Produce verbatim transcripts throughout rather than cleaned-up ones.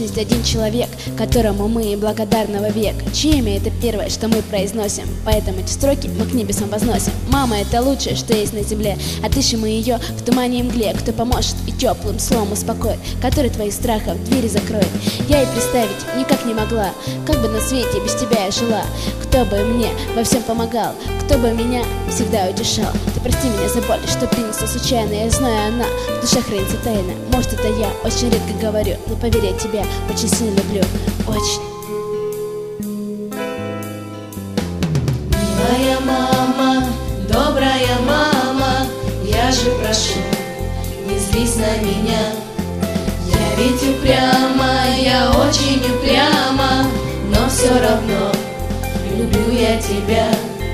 вечность один человек, которому мы благодарны вовек, чье имя это первое, что мы произносим. Поэтому эти строки мы к небесам возносим. Мама — это лучшее, что есть на земле. Отыщем мы ее в тумане и мгле. Кто поможет и теплым словом успокоит, который твоих страхов двери закроет. Я и представить никак не могла, как бы на свете без тебя я жила. Кто бы мне во всем помогал, кто бы меня всегда утешал. Ты прости меня за боль, что принесла случайно. Я знаю, она в душе хранится тайна. Может, это я очень редко говорю, но поверь, я тебя очень сильно люблю. Очень. Милая мама, добрая мама, я же прошу, не злись на меня. Я ведь упряма, я очень упряма, но все равно люблю я тебя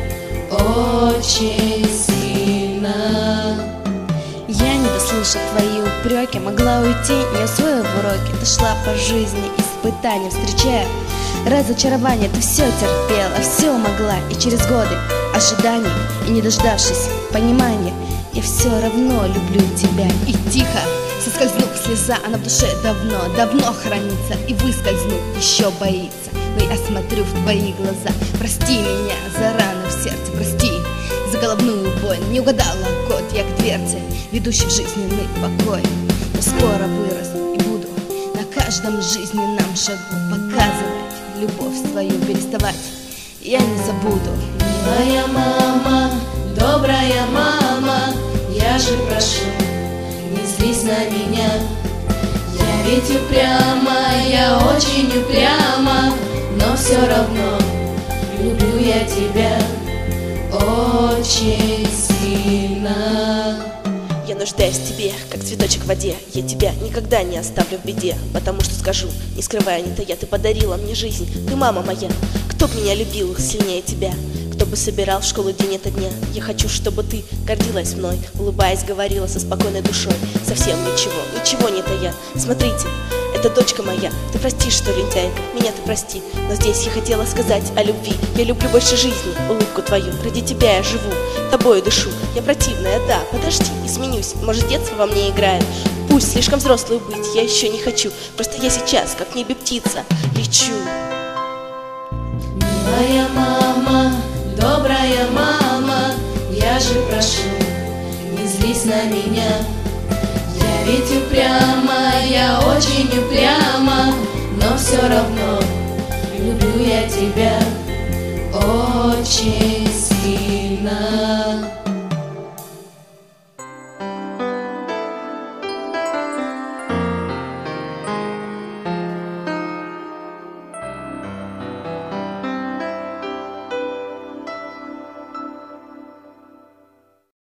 очень сильно. Я, не дослушав твои упреки, могла уйти, не усвоив уроки. Ты шла по жизни, испытания встречая разочарование. Ты все терпела, все могла, и через годы ожиданий, и не дождавшись понимания, я все равно люблю тебя. И тихо, соскользнув слеза, она в душе давно, давно хранится, и выскользнуть еще боится. Но я смотрю в твои глаза. Прости меня за рану в сердце, прости за головную боль. Не угадала код я к дверце, ведущий в жизненный покой. Но скоро вырасту и буду на каждом жизненном шагу показывать любовь свою, переставать я не забуду. Милая мама, добрая мама, я же прошу, не злись на меня. Я ведь упряма, я очень упряма, но все равно люблю я тебя очень сильно. Я нуждаюсь в тебе, как цветочек в воде. Я тебя никогда не оставлю в беде, потому что скажу, не скрывая, не тая, ты подарила мне жизнь, ты мама моя. Кто б меня любил сильнее тебя? Кто бы собирал в школу день ото дня? Я хочу, чтобы ты гордилась мной, улыбаясь, говорила со спокойной душой. Совсем ничего, ничего не тая. Смотрите, это дочка моя. Ты прости, что лентяй, меня ты прости, но здесь я хотела сказать о любви. Я люблю больше жизни, улыбку твою. Ради тебя я живу, тобою дышу. Я противная, да, подожди, изменюсь. Может, детство во мне играет. Пусть слишком взрослую быть я еще не хочу. Просто я сейчас, как в небе птица, лечу. Милая мама, добрая мама, я же прошу, не злись на меня. Я ведь упряма, я очень упряма, но все равно люблю я тебя очень